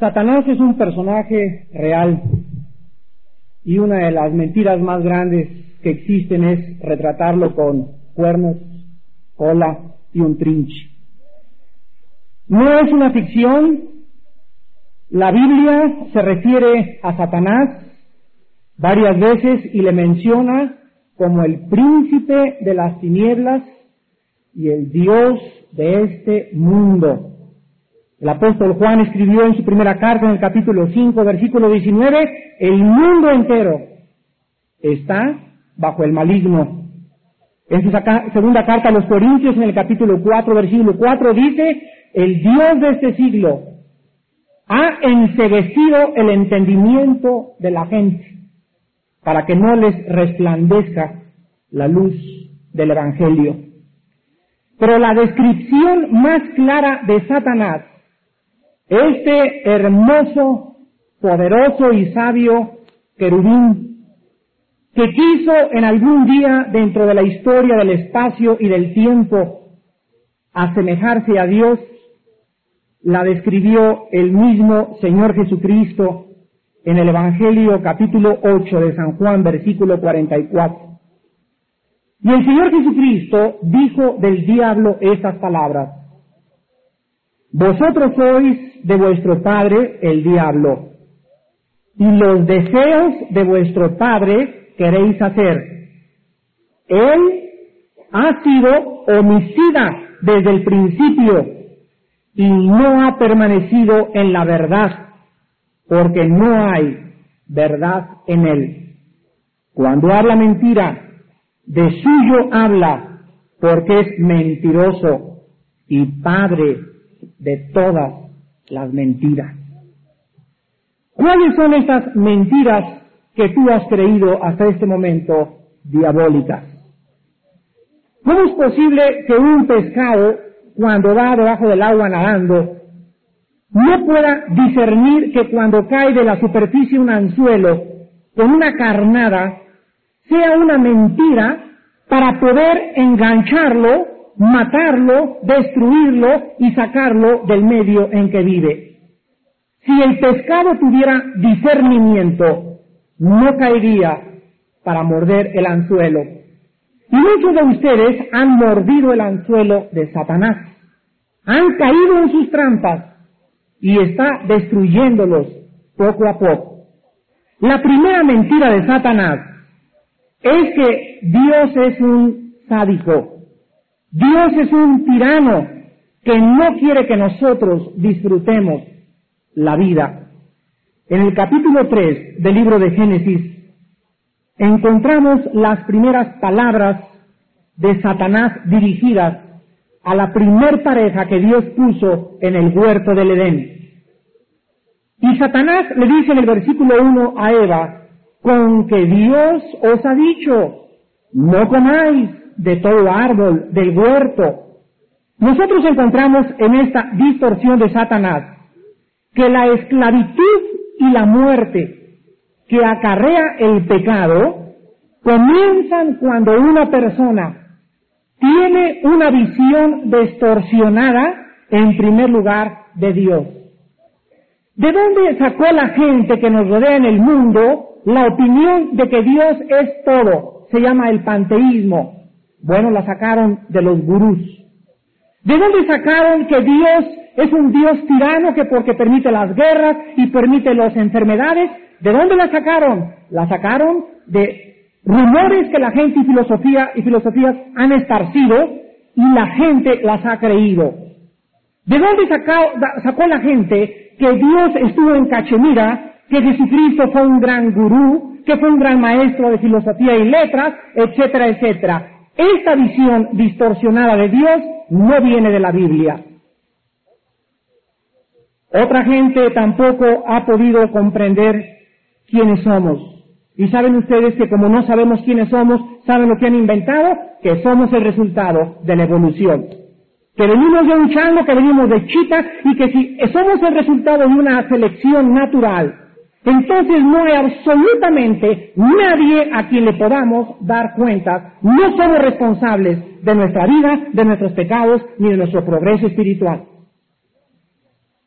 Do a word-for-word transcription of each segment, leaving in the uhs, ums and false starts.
Satanás es un personaje real y una de las mentiras más grandes que existen es retratarlo con cuernos, cola y un trinche. No es una ficción. La Biblia se refiere a Satanás varias veces y le menciona como el príncipe de las tinieblas y el Dios de este mundo. El apóstol Juan escribió en su primera carta, en el capítulo cinco, versículo diecinueve, el mundo entero está bajo el maligno. En su segunda carta a los Corintios, en el capítulo cuatro, versículo cuatro, dice, el Dios de este siglo ha enceguecido el entendimiento de la gente para que no les resplandezca la luz del Evangelio. Pero la descripción más clara de Satanás, este hermoso, poderoso y sabio querubín, que quiso en algún día dentro de la historia del espacio y del tiempo asemejarse a Dios, la describió el mismo Señor Jesucristo en el Evangelio capítulo ocho de San Juan, versículo cuarenta y cuatro. Y el Señor Jesucristo dijo del diablo estas palabras: vosotros sois de vuestro padre el diablo, y los deseos de vuestro padre queréis hacer. Él ha sido homicida desde el principio y no ha permanecido en la verdad, porque no hay verdad en él. Cuando habla mentira, de suyo habla, porque es mentiroso y padre de todas las mentiras. ¿Cuáles son estas mentiras que tú has creído hasta este momento diabólicas? ¿Cómo es posible que un pescado, cuando va debajo del agua nadando, no pueda discernir que cuando cae de la superficie un anzuelo con una carnada sea una mentira para poder engancharlo, matarlo, destruirlo y sacarlo del medio en que vive? Si el pescado tuviera discernimiento, no caería para morder el anzuelo. Y muchos de ustedes han mordido el anzuelo de Satanás, han caído en sus trampas y está destruyéndolos poco a poco. La primera mentira de Satanás es que Dios es un sádico, Dios es un tirano que no quiere que nosotros disfrutemos la vida. En el capítulo tres del libro de Génesis encontramos las primeras palabras de Satanás dirigidas a la primer pareja que Dios puso en el huerto del Edén. Y Satanás le dice en el versículo uno a Eva, con que Dios os ha dicho, no comáis de todo árbol del huerto. Nosotros encontramos en esta distorsión de Satanás que la esclavitud y la muerte que acarrea el pecado comienzan cuando una persona tiene una visión distorsionada, en primer lugar, de Dios. ¿De dónde sacó la gente que nos rodea en el mundo la opinión de que Dios es todo? Se llama el panteísmo. Bueno, la sacaron de los gurús. ¿De dónde sacaron que Dios es un Dios tirano que porque permite las guerras y permite las enfermedades? ¿De dónde la sacaron? La sacaron de rumores que la gente y filosofía y filosofías han esparcido y la gente las ha creído. ¿De dónde sacó, sacó la gente que Dios estuvo en Cachemira, que Jesucristo fue un gran gurú, que fue un gran maestro de filosofía y letras, etcétera, etcétera? Esta visión distorsionada de Dios no viene de la Biblia. Otra gente tampoco ha podido comprender quiénes somos. Y saben ustedes que como no sabemos quiénes somos, ¿saben lo que han inventado? Que somos el resultado de la evolución. Que venimos de un chango, que venimos de chita, y que si somos el resultado de una selección natural, entonces no hay absolutamente nadie a quien le podamos dar cuentas. No somos responsables de nuestra vida, de nuestros pecados, ni de nuestro progreso espiritual.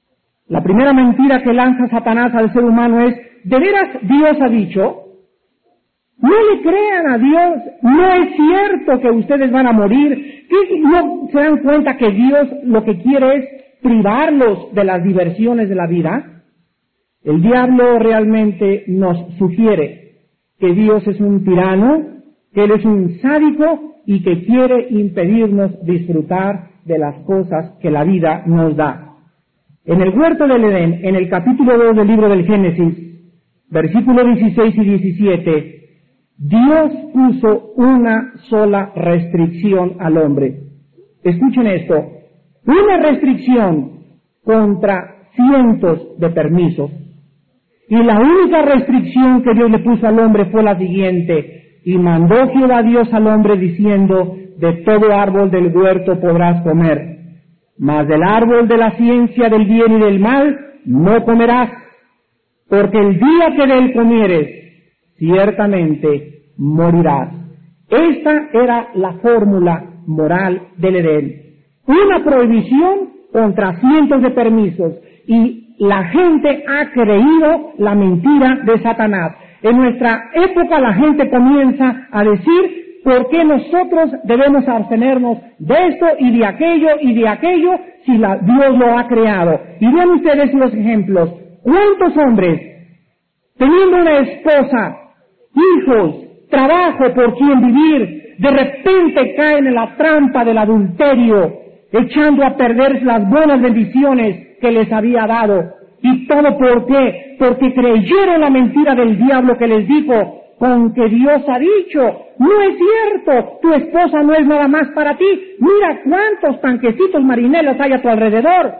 La primera mentira que lanza Satanás al ser humano es, ¿de veras Dios ha dicho? No le crean a Dios, no es cierto que ustedes van a morir. ¿Qué no se dan cuenta que Dios lo que quiere es privarlos de las diversiones de la vida? El diablo realmente nos sugiere que Dios es un tirano, que Él es un sádico y que quiere impedirnos disfrutar de las cosas que la vida nos da. En el huerto del Edén, en el capítulo dos del libro del Génesis, versículos dieciséis y diecisiete, Dios puso una sola restricción al hombre. Escuchen esto, una restricción contra cientos de permisos. Y la única restricción que Dios le puso al hombre fue la siguiente: y mandó Jehová Dios al hombre diciendo, de todo árbol del huerto podrás comer, mas del árbol de la ciencia del bien y del mal no comerás, porque el día que de él comieres, ciertamente morirás. Esta era la fórmula moral del Edén. Una prohibición contra cientos de permisos, y la gente ha creído la mentira de Satanás. En nuestra época la gente comienza a decir, ¿por qué nosotros debemos abstenernos de esto y de aquello y de aquello si la, Dios lo ha creado? Y vean ustedes los ejemplos. ¿Cuántos hombres, teniendo una esposa, hijos, trabajo por quien vivir, de repente caen en la trampa del adulterio, echando a perder las buenas bendiciones que les había dado? ¿Y todo por qué? Porque creyeron la mentira del diablo que les dijo, con que Dios ha dicho, no es cierto, tu esposa no es nada más para ti, mira cuántos tanquecitos marinelos hay a tu alrededor.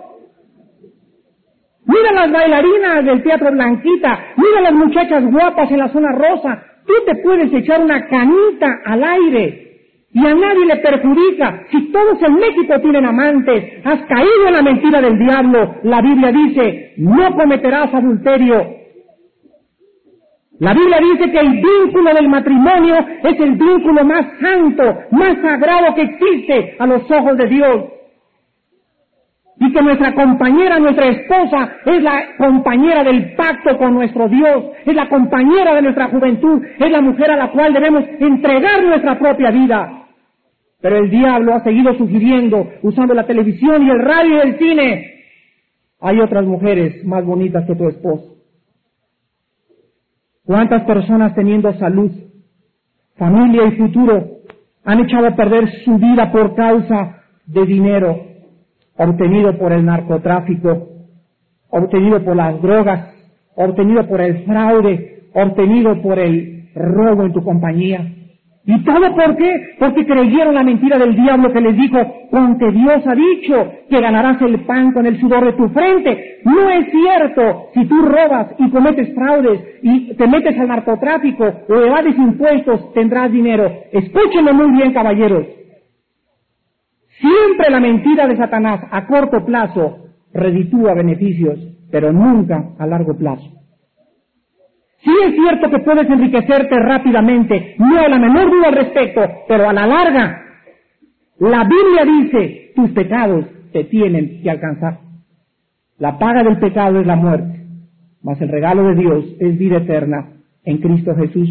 Mira las bailarinas del Teatro Blanquita, mira las muchachas guapas en la zona rosa, tú te puedes echar una canita al aire y a nadie le perjudica. Si todos en México tienen amantes, has caído en la mentira del diablo. La Biblia dice, no cometerás adulterio. La Biblia dice que el vínculo del matrimonio es el vínculo más santo, más sagrado que existe a los ojos de Dios. Y que nuestra compañera, nuestra esposa, es la compañera del pacto con nuestro Dios, es la compañera de nuestra juventud, es la mujer a la cual debemos entregar nuestra propia vida. Pero el diablo ha seguido sugiriendo, usando la televisión y el radio y el cine, hay otras mujeres más bonitas que tu esposo. ¿Cuántas personas teniendo salud, familia y futuro han echado a perder su vida por causa de dinero obtenido por el narcotráfico, obtenido por las drogas, obtenido por el fraude, obtenido por el robo en tu compañía? ¿Y todo por qué? Porque creyeron la mentira del diablo que les dijo, con que Dios ha dicho que ganarás el pan con el sudor de tu frente. No es cierto. Si tú robas y cometes fraudes y te metes al narcotráfico o evades impuestos, tendrás dinero. Escúchenme muy bien, caballeros. Siempre la mentira de Satanás a corto plazo reditúa beneficios, pero nunca a largo plazo. Sí es cierto que puedes enriquecerte rápidamente, no hay la menor duda al respecto, pero a la larga, la Biblia dice, tus pecados te tienen que alcanzar. La paga del pecado es la muerte, mas el regalo de Dios es vida eterna en Cristo Jesús.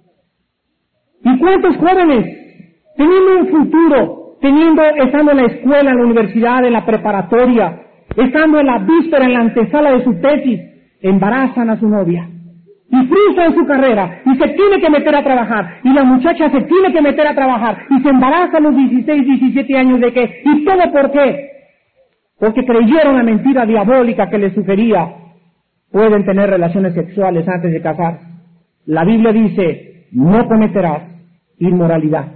¿Y cuántos jóvenes, teniendo un futuro, teniendo, estando en la escuela, en la universidad, en la preparatoria, estando en la víspera, en la antesala de su tesis, embarazan a su novia? Y frustran su carrera, y se tiene que meter a trabajar, y la muchacha se tiene que meter a trabajar, y se embaraza a los dieciséis, diecisiete años de qué, y todo ¿por qué? Porque creyeron la mentira diabólica que les sugería, pueden tener relaciones sexuales antes de casarse. La Biblia dice, no cometerás inmoralidad.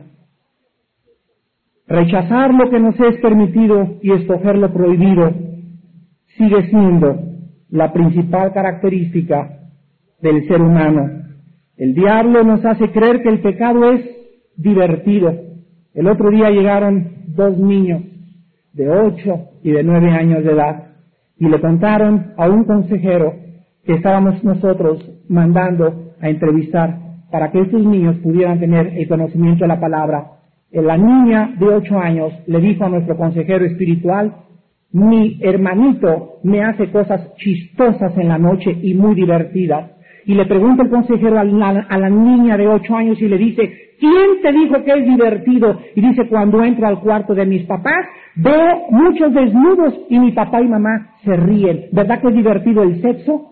Rechazar lo que nos es permitido y escoger lo prohibido sigue siendo la principal característica del ser humano. El diablo nos hace creer que el pecado es divertido. El otro día llegaron dos niños de ocho y de nueve años de edad y le contaron a un consejero que estábamos nosotros mandando a entrevistar para que estos niños pudieran tener el conocimiento de la palabra. La niña de ocho años le dijo a nuestro consejero espiritual mi hermanito me hace cosas chistosas en la noche y muy divertidas. Y le pregunta el consejero a la, a la niña de ocho años y le dice, ¿quién te dijo que es divertido? Y dice, cuando entro al cuarto de mis papás, veo muchos desnudos y mi papá y mamá se ríen. ¿Verdad que es divertido el sexo?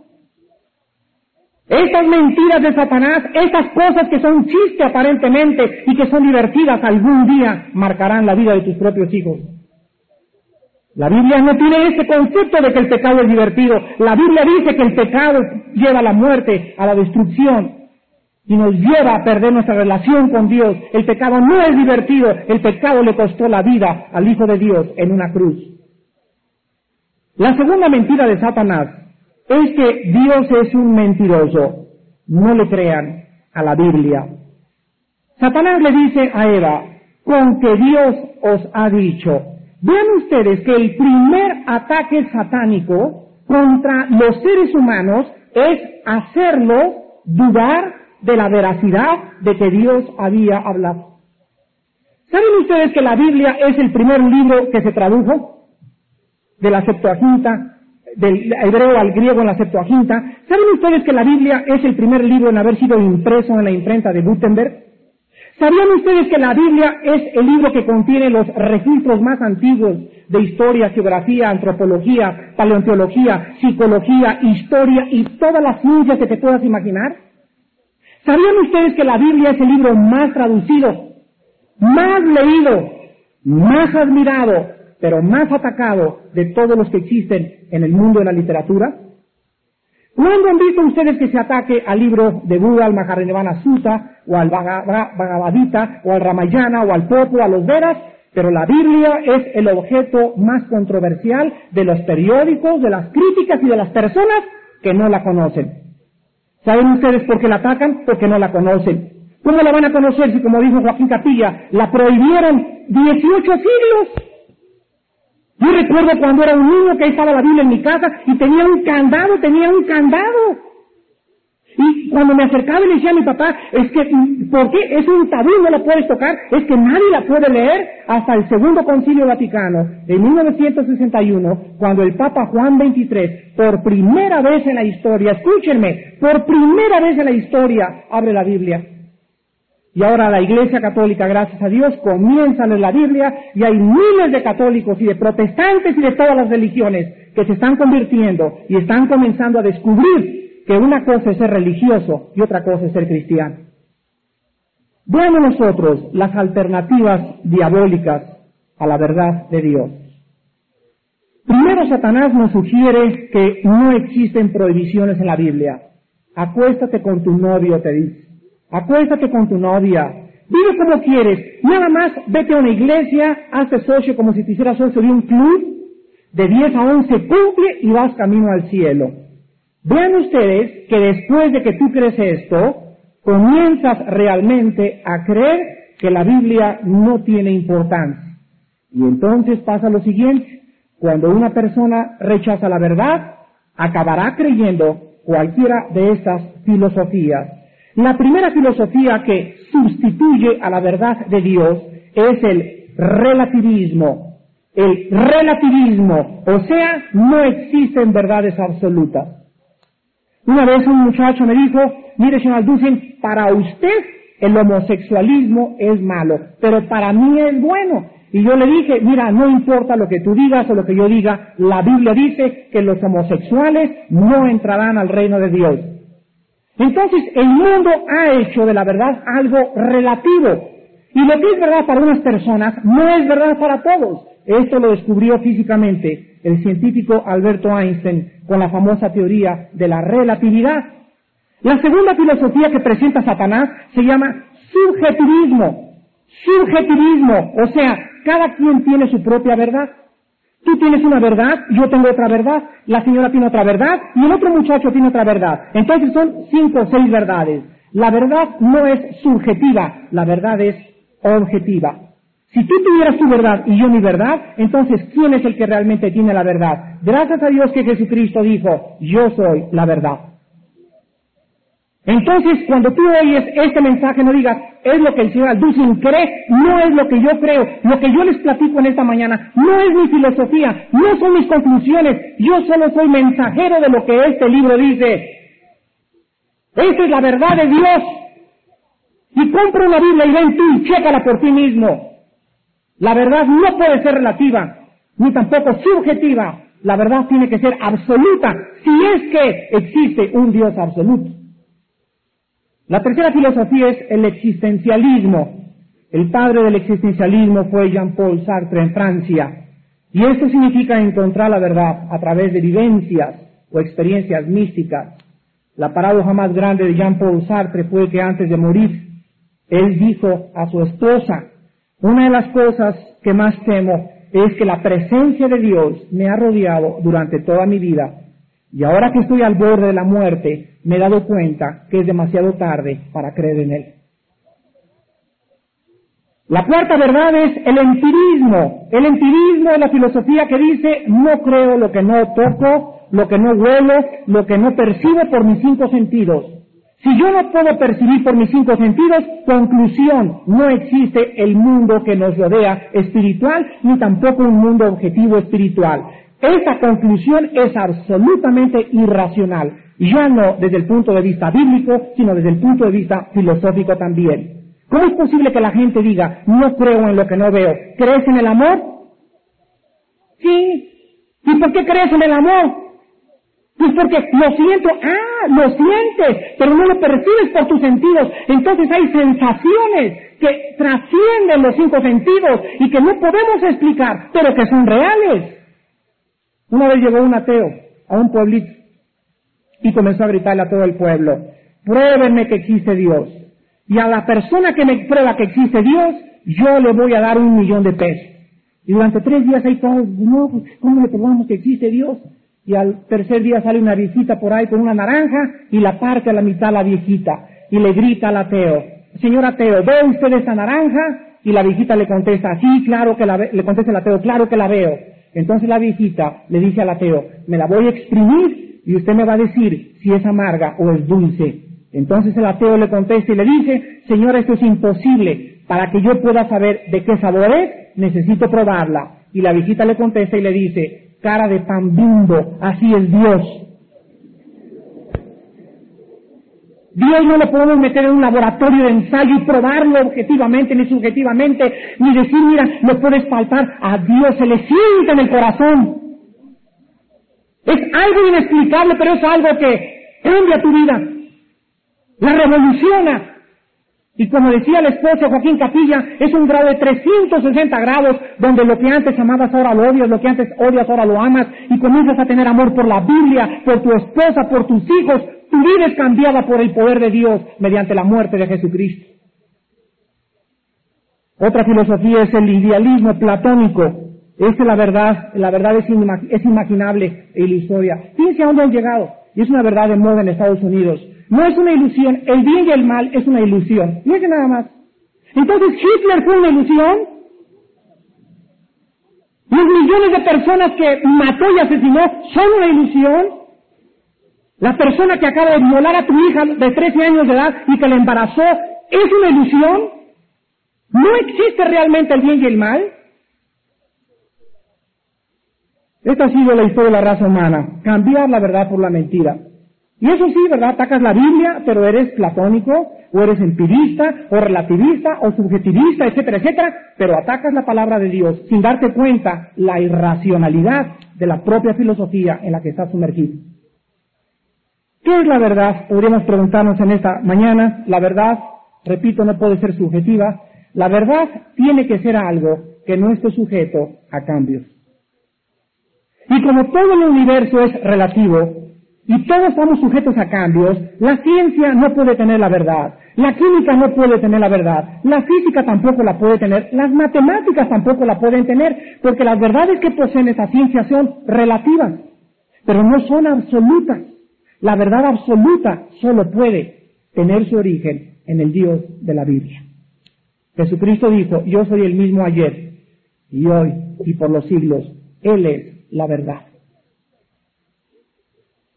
Estas mentiras de Satanás, estas cosas que son chiste aparentemente y que son divertidas, algún día marcarán la vida de tus propios hijos. La Biblia no tiene ese concepto de que el pecado es divertido. La Biblia dice que el pecado lleva a la muerte, a la destrucción, y nos lleva a perder nuestra relación con Dios. El pecado no es divertido, el pecado le costó la vida al Hijo de Dios en una cruz. La segunda mentira de Satanás es que Dios es un mentiroso. No le crean a la Biblia. Satanás le dice a Eva, con que Dios os ha dicho. Vean ustedes que el primer ataque satánico contra los seres humanos es hacerlos dudar de la veracidad de que Dios había hablado. ¿Saben ustedes que la Biblia es el primer libro que se tradujo de la Septuaginta, del hebreo al griego en la Septuaginta? ¿Saben ustedes que la Biblia es el primer libro en haber sido impreso en la imprenta de Gutenberg? ¿Sabían ustedes que la Biblia es el libro que contiene los registros más antiguos de historia, geografía, antropología, paleontología, psicología, historia y todas las ciencias que te puedas imaginar? ¿Sabían ustedes que la Biblia es el libro más traducido, más leído, más admirado, pero más atacado de todos los que existen en el mundo de la literatura? ¿Cuándo han visto ustedes que se ataque al libro de Buda, al Maharinirvana Sutta, o al Bhagavad Gita, o al Ramayana, o al Popo, o a los Vedas? Pero la Biblia es el objeto más controversial de los periódicos, de las críticas y de las personas que no la conocen. ¿Saben ustedes por qué la atacan? Porque no la conocen. ¿Cómo la van a conocer si, como dijo Joaquín Capilla, la prohibieron dieciocho siglos? Yo recuerdo cuando era un niño que ahí estaba la Biblia en mi casa y tenía un candado, tenía un candado. Y cuando me acercaba y le decía a mi papá, es que, ¿por qué? Es un tabú, no la puedes tocar, es que nadie la puede leer hasta el Segundo Concilio Vaticano, en mil novecientos sesenta y uno, cuando el Papa Juan veintitrés, por primera vez en la historia, escúchenme, por primera vez en la historia, abre la Biblia. Y ahora la Iglesia Católica, gracias a Dios, comienza a leer la Biblia y hay miles de católicos y de protestantes y de todas las religiones que se están convirtiendo y están comenzando a descubrir que una cosa es ser religioso y otra cosa es ser cristiano. Veamos nosotros las alternativas diabólicas a la verdad de Dios. Primero, Satanás nos sugiere que no existen prohibiciones en la Biblia. Acuéstate con tu novio, te dice. Acuéstate con tu novia, vive como quieres, nada más vete a una iglesia, hazte socio como si te hicieras socio de un club, de diez a once cumple y vas camino al cielo. Vean ustedes que después de que tú crees esto, comienzas realmente a creer que la Biblia no tiene importancia. Y entonces pasa lo siguiente, cuando una persona rechaza la verdad, acabará creyendo cualquiera de estas filosofías. La primera filosofía que sustituye a la verdad de Dios es el relativismo. El relativismo, o sea, no existen verdades absolutas. Una vez un muchacho me dijo, mire, señor Alducin, para usted el homosexualismo es malo, pero para mí es bueno. Y yo le dije, mira, no importa lo que tú digas o lo que yo diga, la Biblia dice que los homosexuales no entrarán al reino de Dios. Entonces, el mundo ha hecho de la verdad algo relativo. Y lo que es verdad para unas personas no es verdad para todos. Esto lo descubrió físicamente el científico Alberto Einstein con la famosa teoría de la relatividad. La segunda filosofía que presenta Satanás se llama subjetivismo. Subjetivismo, o sea, cada quien tiene su propia verdad. Tú tienes una verdad, yo tengo otra verdad, la señora tiene otra verdad y el otro muchacho tiene otra verdad. Entonces son cinco o seis verdades. La verdad no es subjetiva, la verdad es objetiva. Si tú tuvieras tu verdad y yo mi verdad, entonces ¿quién es el que realmente tiene la verdad? Gracias a Dios que Jesucristo dijo, yo soy la verdad. Entonces, cuando tú oyes este mensaje, no digas, es lo que el señor Alducin cree, no es lo que yo creo, lo que yo les platico en esta mañana, no es mi filosofía, no son mis conclusiones, yo solo soy mensajero de lo que este libro dice. Esa es la verdad de Dios. Y compra una Biblia y ven tú y chécala por ti mismo. La verdad no puede ser relativa, ni tampoco subjetiva. La verdad tiene que ser absoluta, si es que existe un Dios absoluto. La tercera filosofía es el existencialismo. El padre del existencialismo fue Jean-Paul Sartre en Francia. Y esto significa encontrar la verdad a través de vivencias o experiencias místicas. La paradoja más grande de Jean-Paul Sartre fue que antes de morir, él dijo a su esposa, una de las cosas que más temo es que la presencia de Dios me ha rodeado durante toda mi vida. Y ahora que estoy al borde de la muerte, me he dado cuenta que es demasiado tarde para creer en Él. La cuarta verdad es el empirismo. El empirismo es la filosofía que dice, no creo lo que no toco, lo que no huelo, lo que no percibo por mis cinco sentidos. Si yo no puedo percibir por mis cinco sentidos, conclusión, no existe el mundo que nos rodea espiritual, ni tampoco un mundo objetivo espiritual. Esa conclusión es absolutamente irracional, ya no desde el punto de vista bíblico, sino desde el punto de vista filosófico también. ¿Cómo es posible que la gente diga, no creo en lo que no veo? ¿Crees en el amor? Sí. ¿Y por qué crees en el amor? Pues porque lo siento, ah, lo sientes, pero no lo percibes por tus sentidos. Entonces hay sensaciones que trascienden los cinco sentidos y que no podemos explicar, pero que son reales. Una vez llegó un ateo a un pueblito y comenzó a gritarle a todo el pueblo, pruébenme que existe Dios. Y a la persona que me prueba que existe Dios, yo le voy a dar un millón de pesos. Y durante tres días ahí todos, no, pues, ¿cómo le probamos que existe Dios? Y al tercer día sale una viejita por ahí con una naranja y la parte a la mitad la viejita. Y le grita al ateo, señor ateo, ¿ve usted esta naranja? Y la viejita le contesta, sí, claro que la ve, le contesta el ateo, claro que la veo. Entonces la viejita le dice al ateo, me la voy a exprimir y usted me va a decir si es amarga o es dulce. Entonces el ateo le contesta y le dice, señor, esto es imposible, para que yo pueda saber de qué sabor es, necesito probarla. Y la viejita le contesta y le dice, cara de pan Bimbo, así es Dios. Dios no lo podemos meter en un laboratorio de ensayo y probarlo objetivamente ni subjetivamente, ni decir, mira, lo puedes palpar. A Dios se le siente en el corazón. Es algo inexplicable, pero es algo que cambia tu vida, la revoluciona. Y como decía el esposo Joaquín Capilla, es un grado de trescientos sesenta grados, donde lo que antes amabas ahora lo odias, lo que antes odias ahora lo amas, y comienzas a tener amor por la Biblia, por tu esposa, por tus hijos. Tu vida es cambiada por el poder de Dios mediante la muerte de Jesucristo. Otra filosofía es el idealismo platónico. Esa es la verdad, la verdad es, inima, es imaginable e ilusoria. Fíjense a dónde han llegado, y es una verdad de moda en Estados Unidos. No es una ilusión, el bien y el mal es una ilusión. Fíjense nada más. Entonces, ¿Hitler fue una ilusión? ¿Los millones de personas que mató y asesinó son una ilusión? ¿La persona que acaba de violar a tu hija de trece años de edad y que la embarazó es una ilusión? ¿No existe realmente el bien y el mal? Esta ha sido la historia de la raza humana, cambiar la verdad por la mentira. Y eso sí, ¿verdad? Atacas la Biblia, pero eres platónico, o eres empirista, o relativista, o subjetivista, etcétera, etcétera, pero atacas la palabra de Dios sin darte cuenta la irracionalidad de la propia filosofía en la que estás sumergido. ¿Qué es la verdad? Podríamos preguntarnos en esta mañana. La verdad, repito, no puede ser subjetiva. La verdad tiene que ser algo que no esté sujeto a cambios. Y como todo el universo es relativo, y todos estamos sujetos a cambios, la ciencia no puede tener la verdad, la química no puede tener la verdad, la física tampoco la puede tener, las matemáticas tampoco la pueden tener, porque las verdades que poseen esa ciencia son relativas, pero no son absolutas. La verdad absoluta solo puede tener su origen en el Dios de la Biblia. Jesucristo dijo, yo soy el mismo ayer, y hoy, y por los siglos. Él es la verdad.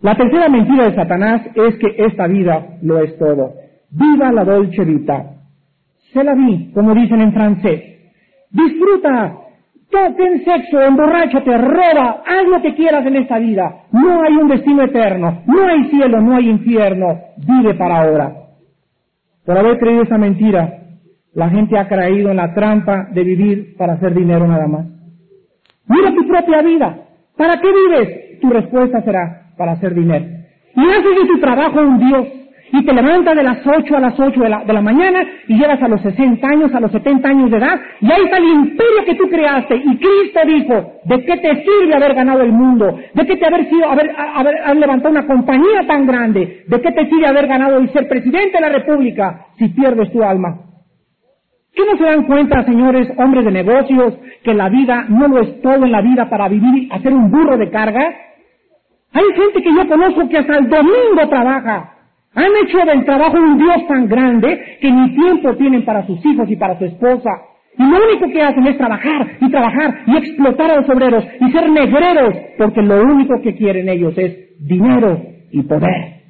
La tercera mentira de Satanás es que esta vida lo es todo. Viva la dolce vita. Se la vi, como dicen en francés. Disfruta, ten sexo, emborráchate, roba, haz lo que quieras en esta vida. No hay un destino eterno, no hay cielo, no hay infierno. Vive para ahora. Por haber creído esa mentira, la gente ha caído en la trampa de vivir para hacer dinero nada más. Mira tu propia vida. ¿Para qué vives? Tu respuesta será para hacer dinero. Y haces de tu trabajo un Dios. Y te levantas de las ocho a las ocho de la, de la mañana y llegas a los sesenta años, a los setenta años de edad, y ahí está el imperio que tú creaste. Y Cristo dijo, ¿de qué te sirve haber ganado el mundo? ¿De qué te haber sido, haber, haber, haber levantado una compañía tan grande? ¿De qué te sirve haber ganado y ser presidente de la República si pierdes tu alma? ¿Qué no se dan cuenta, señores, hombres de negocios, que la vida no lo es todo en la vida para vivir y hacer un burro de carga? Hay gente que yo conozco que hasta el domingo trabaja. Han hecho del trabajo un Dios tan grande que ni tiempo tienen para sus hijos y para su esposa. Y lo único que hacen es trabajar y trabajar y explotar a los obreros y ser negreros, porque lo único que quieren ellos es dinero y poder.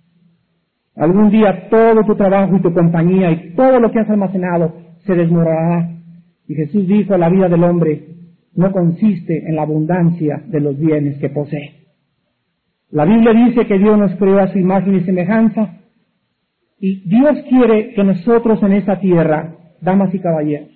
Algún día todo tu trabajo y tu compañía y todo lo que has almacenado se desmoronará. Y Jesús dijo, la vida del hombre no consiste en la abundancia de los bienes que posee. La Biblia dice que Dios nos creó a su imagen y semejanza, y Dios quiere que nosotros en esta tierra, damas y caballeros,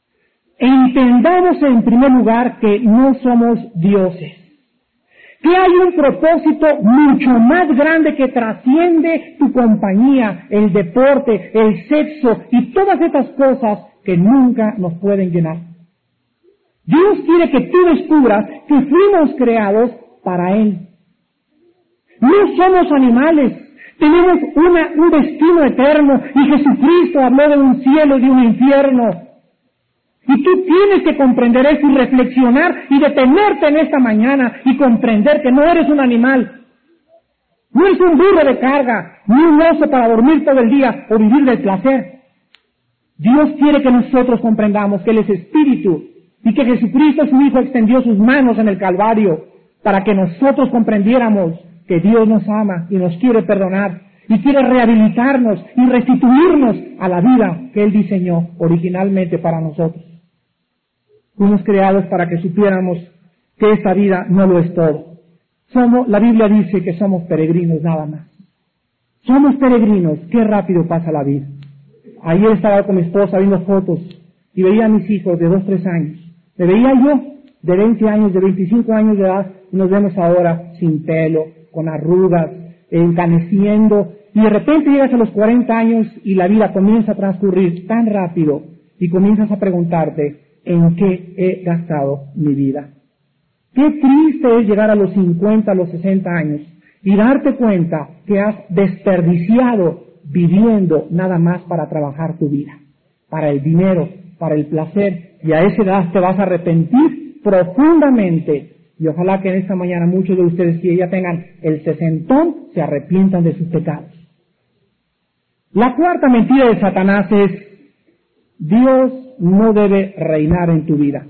entendamos en primer lugar que no somos dioses, que hay un propósito mucho más grande que trasciende tu compañía, el deporte, el sexo y todas estas cosas que nunca nos pueden llenar. Dios quiere que tú descubras que fuimos creados para Él. No somos animales, tenemos una, un destino eterno y Jesucristo habló de un cielo y de un infierno. Y tú tienes que comprender eso y reflexionar y detenerte en esta mañana y comprender que no eres un animal, no eres un burro de carga, ni un oso para dormir todo el día o vivir del placer. Dios quiere que nosotros comprendamos que Él es Espíritu y que Jesucristo, su Hijo, extendió sus manos en el Calvario para que nosotros comprendiéramos que Dios nos ama y nos quiere perdonar y quiere rehabilitarnos y restituirnos a la vida que Él diseñó originalmente para nosotros. Fuimos creados para que supiéramos que esta vida no lo es todo. Somos, la Biblia dice que somos peregrinos nada más. Somos peregrinos, qué rápido pasa la vida. Ayer estaba con mi esposa viendo fotos y veía a mis hijos de dos, tres años. Me veía yo de veinte años, de veinticinco años de edad, y nos vemos ahora sin pelo, con arrugas, encaneciendo, y de repente llegas a los cuarenta años y la vida comienza a transcurrir tan rápido y comienzas a preguntarte, ¿en qué he gastado mi vida? Qué triste es llegar a los cincuenta, a los sesenta años y darte cuenta que has desperdiciado viviendo nada más para trabajar tu vida, para el dinero, para el placer, y a esa edad te vas a arrepentir profundamente. Y ojalá que en esta mañana muchos de ustedes que ya tengan el sesentón se arrepientan de sus pecados. La cuarta mentira de Satanás es, Dios no debe reinar en tu vida.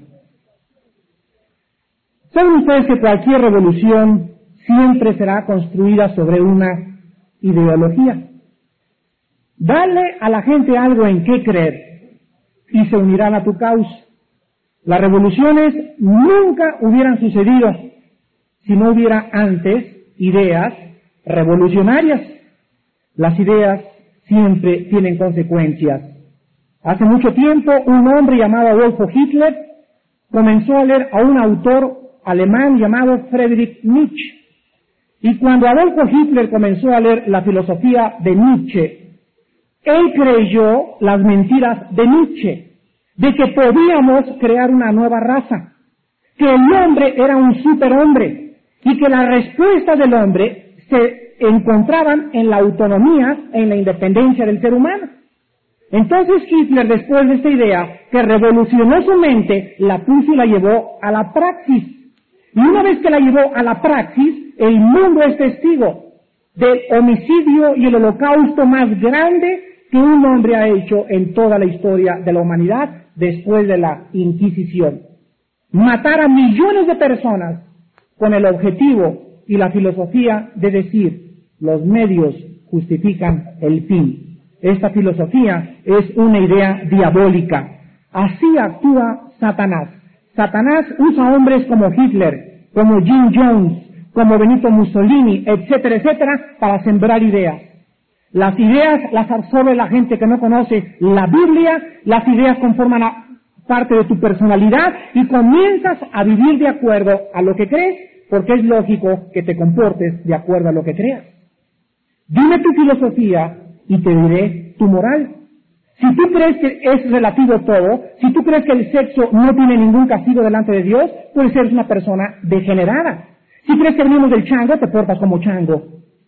¿Saben ustedes que cualquier revolución siempre será construida sobre una ideología? Dale a la gente algo en qué creer y se unirán a tu causa. Las revoluciones nunca hubieran sucedido si no hubiera antes ideas revolucionarias. Las ideas siempre tienen consecuencias. Hace mucho tiempo un hombre llamado Adolfo Hitler comenzó a leer a un autor alemán llamado Friedrich Nietzsche. Y cuando Adolfo Hitler comenzó a leer la filosofía de Nietzsche, él creyó las mentiras de Nietzsche, de que podíamos crear una nueva raza, que el hombre era un superhombre y que las respuestas del hombre se encontraban en la autonomía, en la independencia del ser humano. Entonces Hitler, después de esta idea que revolucionó su mente, la puso y la llevó a la praxis. Y una vez que la llevó a la praxis, el mundo es testigo del homicidio y el holocausto más grande que un hombre ha hecho en toda la historia de la humanidad después de la Inquisición. Matar a millones de personas con el objetivo y la filosofía de decir, los medios justifican el fin. Esta filosofía es una idea diabólica. Así actúa Satanás. Satanás usa hombres como Hitler, como Jim Jones, como Benito Mussolini, etcétera, etcétera, para sembrar ideas. Las ideas las absorbe la gente que no conoce la Biblia, las ideas conforman a parte de tu personalidad y comienzas a vivir de acuerdo a lo que crees, porque es lógico que te comportes de acuerdo a lo que creas. Dime tu filosofía y te diré tu moral. Si tú crees que es relativo todo, si tú crees que el sexo no tiene ningún castigo delante de Dios, pues eres una persona degenerada. Si crees que venimos del chango, te portas como chango.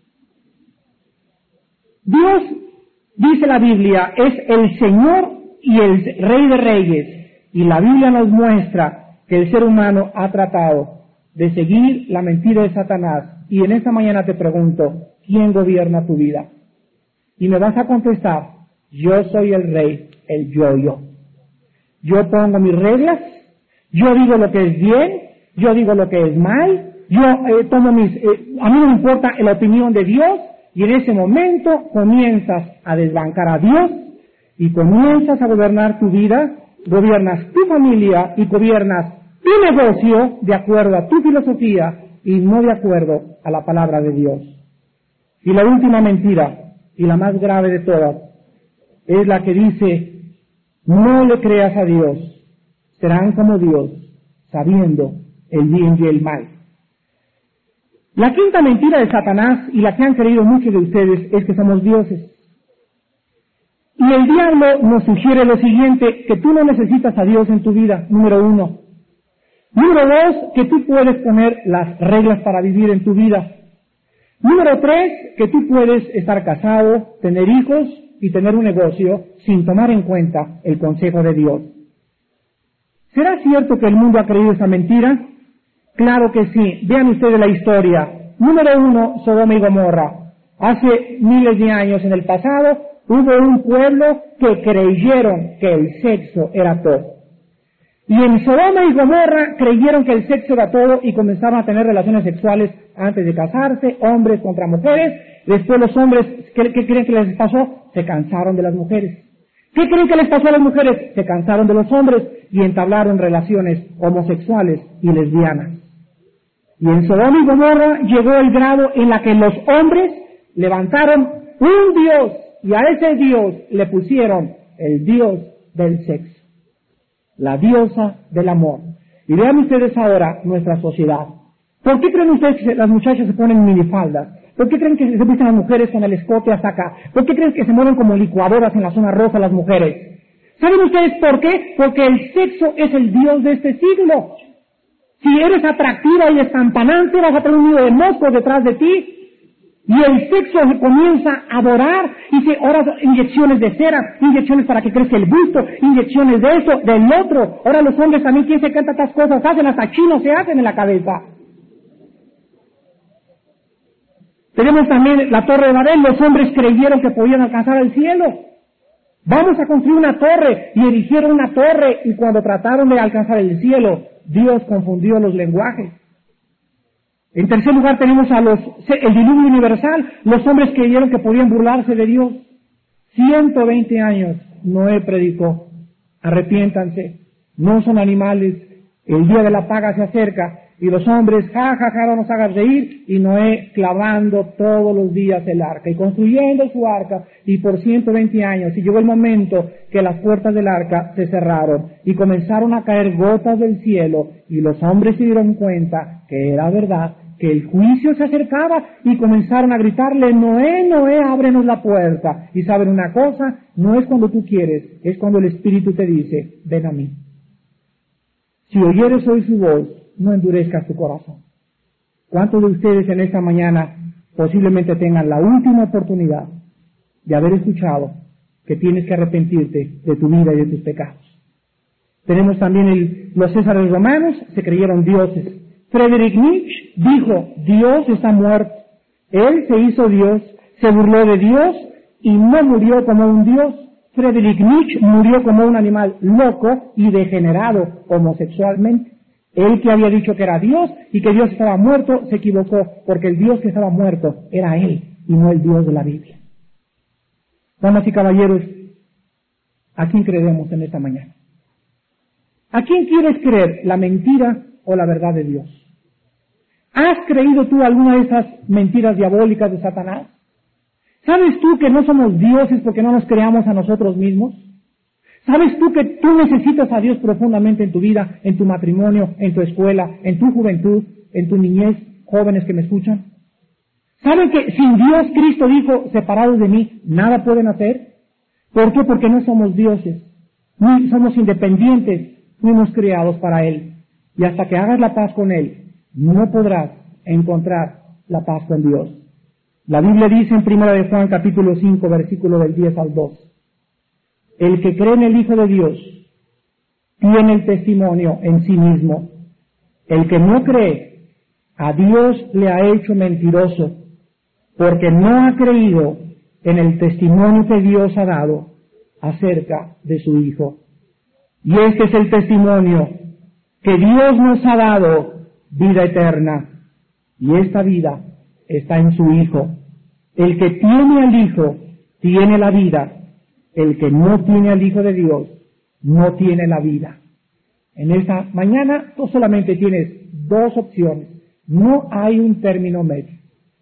Dios, dice la Biblia, es el Señor y el Rey de Reyes, y la Biblia nos muestra que el ser humano ha tratado de seguir la mentira de Satanás, y en esta mañana te pregunto, ¿quién gobierna tu vida? Y me vas a contestar, yo soy el Rey, el yo-yo. Yo pongo mis reglas, yo digo lo que es bien, yo digo lo que es mal, yo eh, tomo mis... Eh, a mí no me importa la opinión de Dios, y en ese momento comienzas a desbancar a Dios, y comienzas a gobernar tu vida, gobiernas tu familia, y gobiernas tu negocio de acuerdo a tu filosofía, y no de acuerdo a la palabra de Dios. Y la última mentira, y la más grave de todas, es la que dice, no le creas a Dios, serán como Dios, sabiendo el bien y el mal. La quinta mentira de Satanás, y la que han creído muchos de ustedes, es que somos dioses. Y el diablo nos sugiere lo siguiente, que tú no necesitas a Dios en tu vida, número uno. Número dos, que tú puedes poner las reglas para vivir en tu vida. Número tres, que tú puedes estar casado, tener hijos y tener un negocio sin tomar en cuenta el consejo de Dios. ¿Será cierto que el mundo ha creído esa mentira? Claro que sí. Vean ustedes la historia. Número uno, Sodoma y Gomorra. Hace miles de años en el pasado, hubo un pueblo que creyeron que el sexo era todo. Y en Sodoma y Gomorra creyeron que el sexo era todo y comenzaron a tener relaciones sexuales antes de casarse, hombres contra mujeres. Después los hombres, ¿qué, qué creen que les pasó? Se cansaron de las mujeres. ¿Qué creen que les pasó a las mujeres? Se cansaron de los hombres y entablaron relaciones homosexuales y lesbianas. Y en Sodoma y Gomorra llegó el grado en la que los hombres levantaron un dios y a ese dios le pusieron el dios del sexo, la diosa del amor. Y vean ustedes ahora nuestra sociedad. ¿Por qué creen ustedes que las muchachas se ponen minifaldas? ¿Por qué creen que se visten las mujeres con el escote hasta acá? ¿Por qué creen que se mueven como licuadoras en la zona rosa las mujeres? ¿Saben ustedes por qué? Porque el sexo es el dios de este siglo. Si eres atractiva y despampanante, vas a tener un nido de moscos detrás de ti. Y el sexo se comienza a adorar, y se ahora inyecciones de cera, inyecciones para que crezca el busto, inyecciones de esto, del otro. Ahora los hombres también, ¿quién se canta estas cosas? Hacen hasta chinos, se hacen en la cabeza. Tenemos también la Torre de Babel, los hombres creyeron que podían alcanzar el cielo. Vamos a construir una torre, y erigieron una torre, y cuando trataron de alcanzar el cielo, Dios confundió los lenguajes. En tercer lugar tenemos a los, el diluvio universal, los hombres creyeron que podían burlarse de Dios. ciento veinte años Noé predicó, arrepiéntanse, no son animales, el día de la paga se acerca, y los hombres, ja, ja, ja, no nos hagas reír, y Noé clavando todos los días el arca, y construyendo su arca, y por ciento veinte años, y llegó el momento que las puertas del arca se cerraron, y comenzaron a caer gotas del cielo, y los hombres se dieron cuenta que era verdad, que el juicio se acercaba, y comenzaron a gritarle, Noé, Noé, ábrenos la puerta. Y saben una cosa, no es cuando tú quieres, es cuando el Espíritu te dice, ven a mí. Si oyeres hoy su voz, no endurezcas tu corazón. ¿Cuántos de ustedes en esta mañana posiblemente tengan la última oportunidad de haber escuchado que tienes que arrepentirte de tu vida y de tus pecados? Tenemos también el, los Césares romanos, se creyeron dioses. Friedrich Nietzsche dijo, Dios está muerto. Él se hizo Dios, se burló de Dios y no murió como un Dios. Friedrich Nietzsche murió como un animal loco y degenerado homosexualmente. Él que había dicho que era Dios y que Dios estaba muerto, se equivocó, porque el Dios que estaba muerto era Él y no el Dios de la Biblia. Damas y caballeros, ¿a quién creemos en esta mañana? ¿A quién quieres creer, la mentira o la verdad de Dios? ¿Has creído tú alguna de esas mentiras diabólicas de Satanás? ¿Sabes tú que no somos dioses porque no nos creamos a nosotros mismos? ¿Sabes tú que tú necesitas a Dios profundamente en tu vida, en tu matrimonio, en tu escuela, en tu juventud, en tu niñez, jóvenes que me escuchan? ¿Saben que sin Dios Cristo dijo, separados de mí, nada pueden hacer? ¿Por qué? Porque no somos dioses, ni somos independientes, fuimos creados para Él. Y hasta que hagas la paz con Él, no podrás encontrar la paz con Dios. La Biblia dice en primera de Juan capítulo cinco, versículo del diez al doce, el que cree en el Hijo de Dios tiene el testimonio en sí mismo. El que no cree, a Dios le ha hecho mentiroso, porque no ha creído en el testimonio que Dios ha dado acerca de su Hijo. Y este es el testimonio, que Dios nos ha dado vida eterna, y esta vida está en su Hijo. El que tiene al Hijo tiene la vida, el que no tiene al Hijo de Dios no tiene la vida. En esta mañana tú solamente tienes dos opciones, no hay un término medio.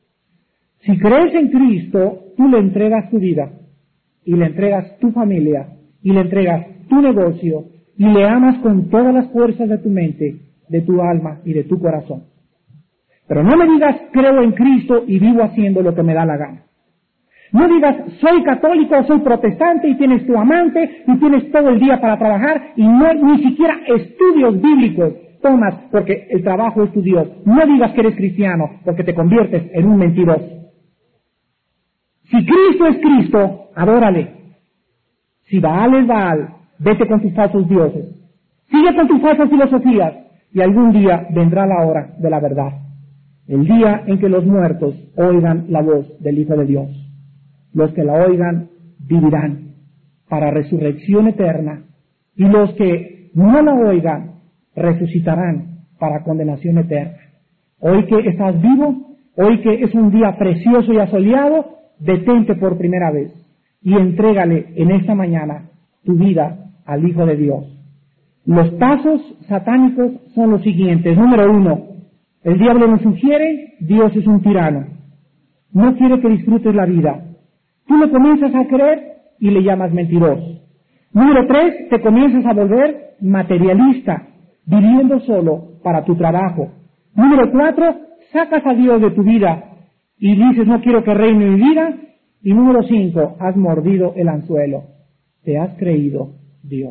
Si crees en Cristo, tú le entregas tu vida, y le entregas tu familia, y le entregas tu negocio, y le amas con todas las fuerzas de tu mente, de tu alma y de tu corazón. Pero no me digas, creo en Cristo y vivo haciendo lo que me da la gana. No digas, soy católico o soy protestante y tienes tu amante y tienes todo el día para trabajar y no ni siquiera estudios bíblicos tomas porque el trabajo es tu Dios. No digas que eres cristiano porque te conviertes en un mentiroso. Si Cristo es Cristo, adórale. Si Baal es Baal, vete con tus falsos dioses. Sigue con tus falsas filosofías y algún día vendrá la hora de la verdad. El día en que los muertos oigan la voz del Hijo de Dios. Los que la oigan vivirán para resurrección eterna y los que no la oigan resucitarán para condenación eterna. Hoy que estás vivo, hoy que es un día precioso y asoleado, detente por primera vez y entrégale en esta mañana tu vida al Hijo de Dios. Los pasos satánicos son los siguientes. Número uno, el diablo nos sugiere, Dios es un tirano. No quiere que disfrutes la vida. Tú le comienzas a creer y le llamas mentiroso. Número tres, te comienzas a volver materialista, viviendo solo para tu trabajo. Número cuatro, sacas a Dios de tu vida y dices, no quiero que reine mi vida. Y número cinco, has mordido el anzuelo. Te has creído Dios.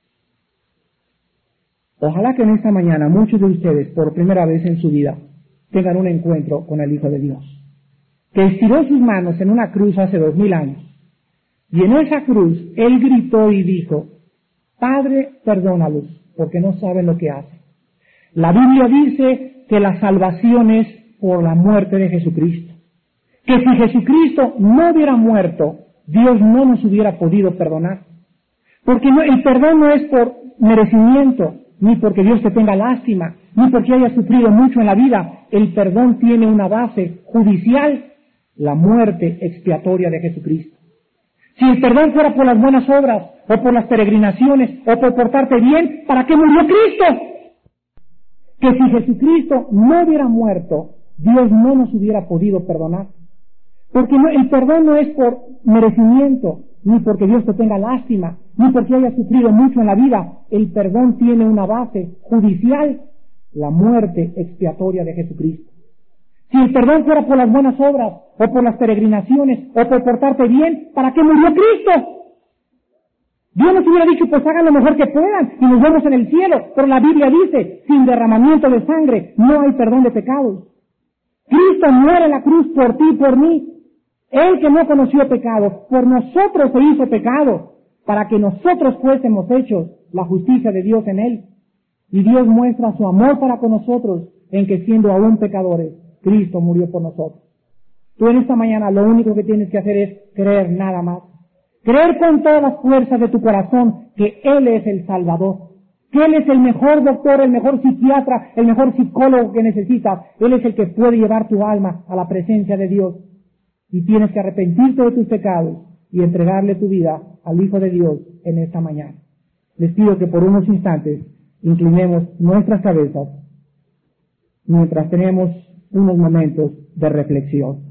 Ojalá que en esta mañana muchos de ustedes, por primera vez en su vida, tengan un encuentro con el Hijo de Dios, que estiró sus manos en una cruz hace dos mil años. Y en esa cruz, Él gritó y dijo, Padre, perdónalos, porque no saben lo que hacen. La Biblia dice que la salvación es por la muerte de Jesucristo. Que si Jesucristo no hubiera muerto, Dios no nos hubiera podido perdonar. Porque no, el perdón no es por merecimiento, ni porque Dios te tenga lástima, ni porque hayas sufrido mucho en la vida. El perdón tiene una base judicial, la muerte expiatoria de Jesucristo. Si el perdón fuera por las buenas obras, o por las peregrinaciones, o por portarte bien, ¿para qué murió Cristo? Que si Jesucristo no hubiera muerto, Dios no nos hubiera podido perdonar. Porque no, el perdón no es por merecimiento, ni porque Dios te tenga lástima, ni porque hayas sufrido mucho en la vida. El perdón tiene una base judicial, la muerte expiatoria de Jesucristo. Si el perdón fuera por las buenas obras, o por las peregrinaciones, o por portarte bien, ¿para qué murió Cristo? Dios nos hubiera dicho, pues hagan lo mejor que puedan, y nos vemos en el cielo. Pero la Biblia dice, sin derramamiento de sangre, no hay perdón de pecados. Cristo muere en la cruz por ti y por mí. Él que no conoció pecado, por nosotros se hizo pecado, para que nosotros fuésemos hechos la justicia de Dios en Él. Y Dios muestra su amor para con nosotros, en que siendo aún pecadores, Cristo murió por nosotros. Tú en esta mañana lo único que tienes que hacer es creer nada más. Creer con todas las fuerzas de tu corazón que Él es el Salvador. que Él es el mejor doctor, el mejor psiquiatra, el mejor psicólogo que necesitas. Él es el que puede llevar tu alma a la presencia de Dios. Y tienes que arrepentirte de tus pecados y entregarle tu vida al Hijo de Dios en esta mañana. Les pido que por unos instantes inclinemos nuestras cabezas mientras tenemos unos momentos de reflexión.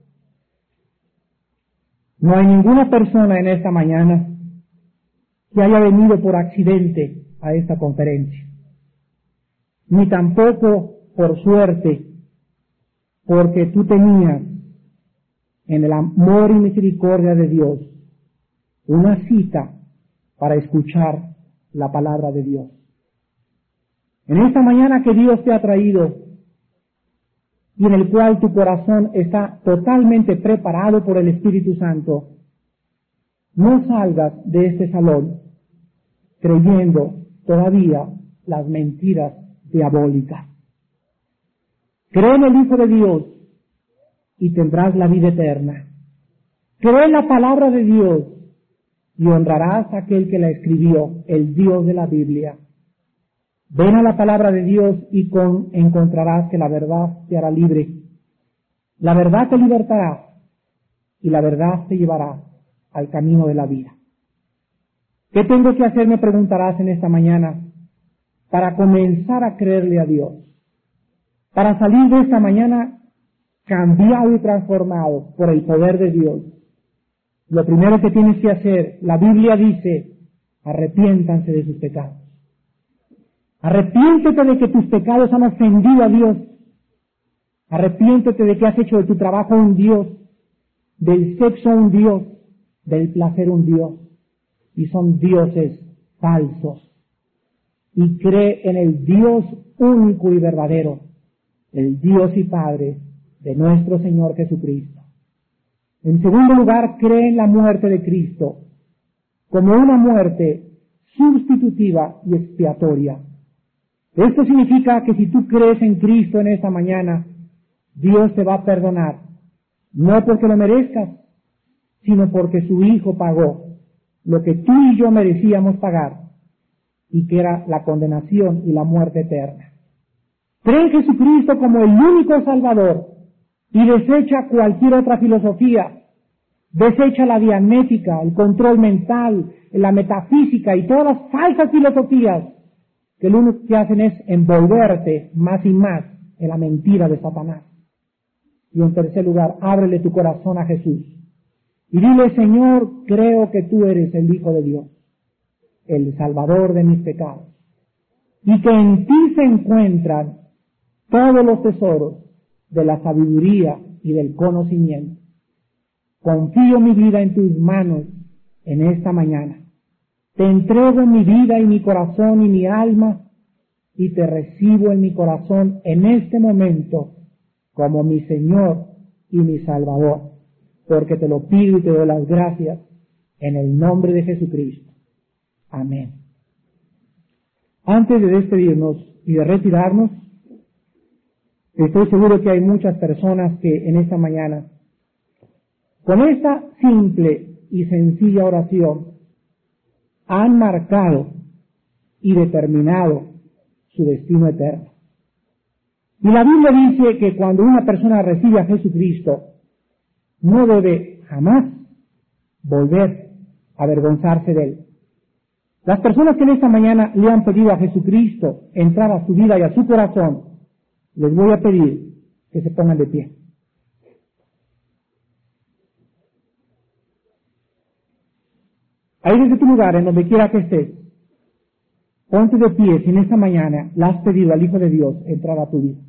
No hay ninguna persona en esta mañana que haya venido por accidente a esta conferencia, ni tampoco por suerte, porque tú tenías en el amor y misericordia de Dios una cita para escuchar la palabra de Dios. En esta mañana que Dios te ha traído y en el cual tu corazón está totalmente preparado por el Espíritu Santo, no salgas de este salón creyendo todavía las mentiras diabólicas. Cree en el Hijo de Dios y tendrás la vida eterna. Cree en la palabra de Dios y honrarás a aquel que la escribió, el Dios de la Biblia. Ven a la palabra de Dios y con, encontrarás que la verdad te hará libre. La verdad te libertará y la verdad te llevará al camino de la vida. ¿Qué tengo que hacer? Me preguntarás en esta mañana para comenzar a creerle a Dios, para salir de esta mañana cambiado y transformado por el poder de Dios. Lo primero que tienes que hacer, la Biblia dice, arrepiéntanse de sus pecados. Arrepiéntete de que tus pecados han ofendido a Dios. Arrepiéntete de que has hecho de tu trabajo un Dios, del sexo un Dios, del placer un Dios. Y son dioses falsos. Y cree en el Dios único y verdadero, el Dios y Padre de nuestro Señor Jesucristo. En segundo lugar, cree en la muerte de Cristo como una muerte sustitutiva y expiatoria. Esto significa que si tú crees en Cristo en esta mañana, Dios te va a perdonar, no porque lo merezcas, sino porque su Hijo pagó lo que tú y yo merecíamos pagar, y que era la condenación y la muerte eterna. Cree en Jesucristo como el único Salvador y desecha cualquier otra filosofía, desecha la dianética, el control mental, la metafísica y todas las falsas filosofías que lo único que hacen es envolverte más y más en la mentira de Satanás. Y en tercer lugar, ábrele tu corazón a Jesús y dile: Señor, creo que tú eres el Hijo de Dios, el Salvador de mis pecados, y que en ti se encuentran todos los tesoros de la sabiduría y del conocimiento. Confío mi vida en tus manos en esta mañana. Te entrego mi vida y mi corazón y mi alma, y te recibo en mi corazón en este momento como mi Señor y mi Salvador, porque te lo pido y te doy las gracias en el nombre de Jesucristo. Amén. Antes de despedirnos y de retirarnos, estoy seguro que hay muchas personas que en esta mañana, con esta simple y sencilla oración, han marcado y determinado su destino eterno. Y la Biblia dice que cuando una persona recibe a Jesucristo, no debe jamás volver a avergonzarse de él. Las personas que en esta mañana le han pedido a Jesucristo entrar a su vida y a su corazón, les voy a pedir que se pongan de pie. Ahí desde tu lugar, en donde quiera que estés, ponte de pie si en esta mañana le has pedido al Hijo de Dios entrar a tu vida.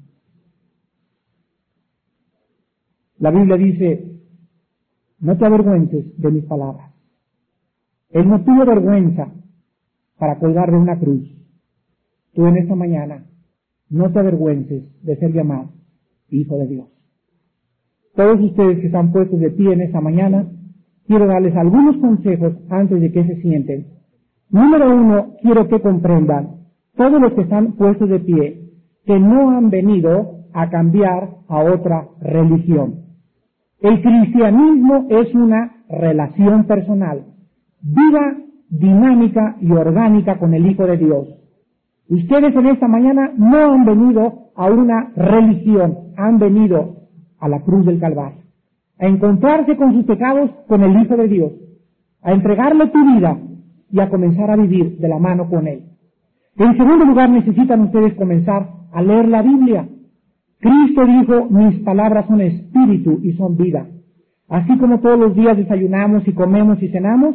La Biblia dice: no te avergüences de mis palabras. Él no tuvo vergüenza para colgar de una cruz. Tú en esta mañana no te avergüences de ser llamado Hijo de Dios. Todos ustedes que están puestos de pie en esta mañana, quiero darles algunos consejos antes de que se sienten. Número uno, quiero que comprendan, todos los que están puestos de pie, que no han venido a cambiar a otra religión. El cristianismo es una relación personal, viva, dinámica y orgánica con el Hijo de Dios. Ustedes en esta mañana no han venido a una religión, han venido a la cruz del Calvario, a encontrarse con sus pecados con el Hijo de Dios, a entregarle tu vida y a comenzar a vivir de la mano con Él. En segundo lugar, necesitan ustedes comenzar a leer la Biblia. Cristo dijo, mis palabras son espíritu y son vida. Así como todos los días desayunamos y comemos y cenamos,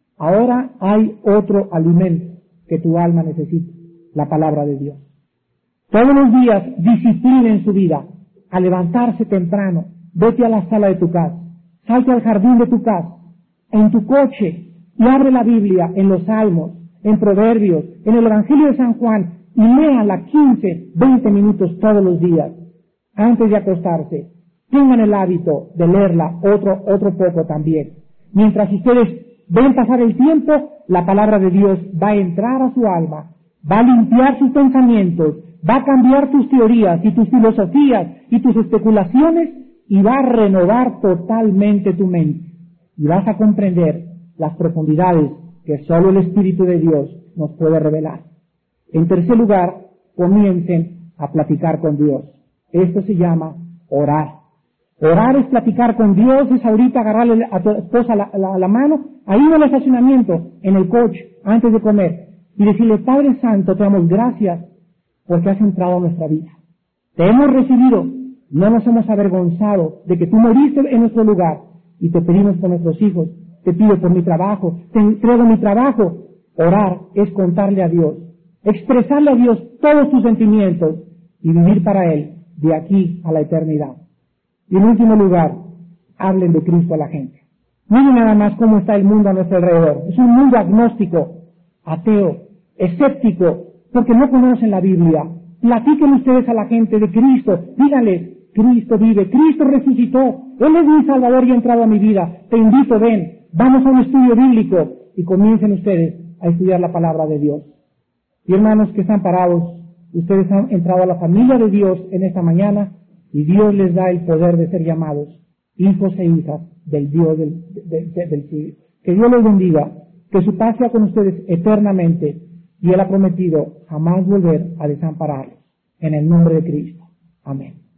ahora hay otro alimento que tu alma necesita, la palabra de Dios. Todos los días disciplinen su vida, a levantarse temprano, vete a la sala de tu casa, salte al jardín de tu casa, en tu coche, y abre la Biblia en los Salmos, en Proverbios, en el Evangelio de San Juan, y léala quince, veinte minutos todos los días, antes de acostarse. Tengan el hábito de leerla otro, otro poco también. Mientras ustedes ven pasar el tiempo, la palabra de Dios va a entrar a su alma, va a limpiar sus pensamientos, va a cambiar tus teorías y tus filosofías y tus especulaciones y va a renovar totalmente tu mente. Y vas a comprender las profundidades que solo el Espíritu de Dios nos puede revelar. En tercer lugar, comiencen a platicar con Dios. Esto se llama orar. Orar es platicar con Dios, es ahorita agarrarle a tu esposa la, la, la mano, ahí en el estacionamiento, en el coche, antes de comer, y decirle, Padre Santo, te damos gracias porque has entrado a nuestra vida. Te hemos recibido, no nos hemos avergonzado de que tú moriste en nuestro lugar, y te pedimos por nuestros hijos, te pido por mi trabajo, te entrego mi trabajo. Orar es contarle a Dios, expresarle a Dios todos tus sentimientos y vivir para Él de aquí a la eternidad. Y en último lugar, hablen de Cristo a la gente. Miren nada más cómo está el mundo a nuestro alrededor. Es un mundo agnóstico, ateo, escéptico, porque no conocen la Biblia. Platiquen ustedes a la gente de Cristo. Díganles, Cristo vive, Cristo resucitó, Él es mi Salvador y ha entrado a mi vida. Te invito, ven, vamos a un estudio bíblico y comiencen ustedes a estudiar la palabra de Dios. Y hermanos que están parados, ustedes han entrado a la familia de Dios en esta mañana y Dios les da el poder de ser llamados hijos e hijas del Dios del, de, de, del cielo. Que Dios los bendiga, que su paz sea con ustedes eternamente y Él ha prometido jamás volver a desampararlos. En el nombre de Cristo. Amén.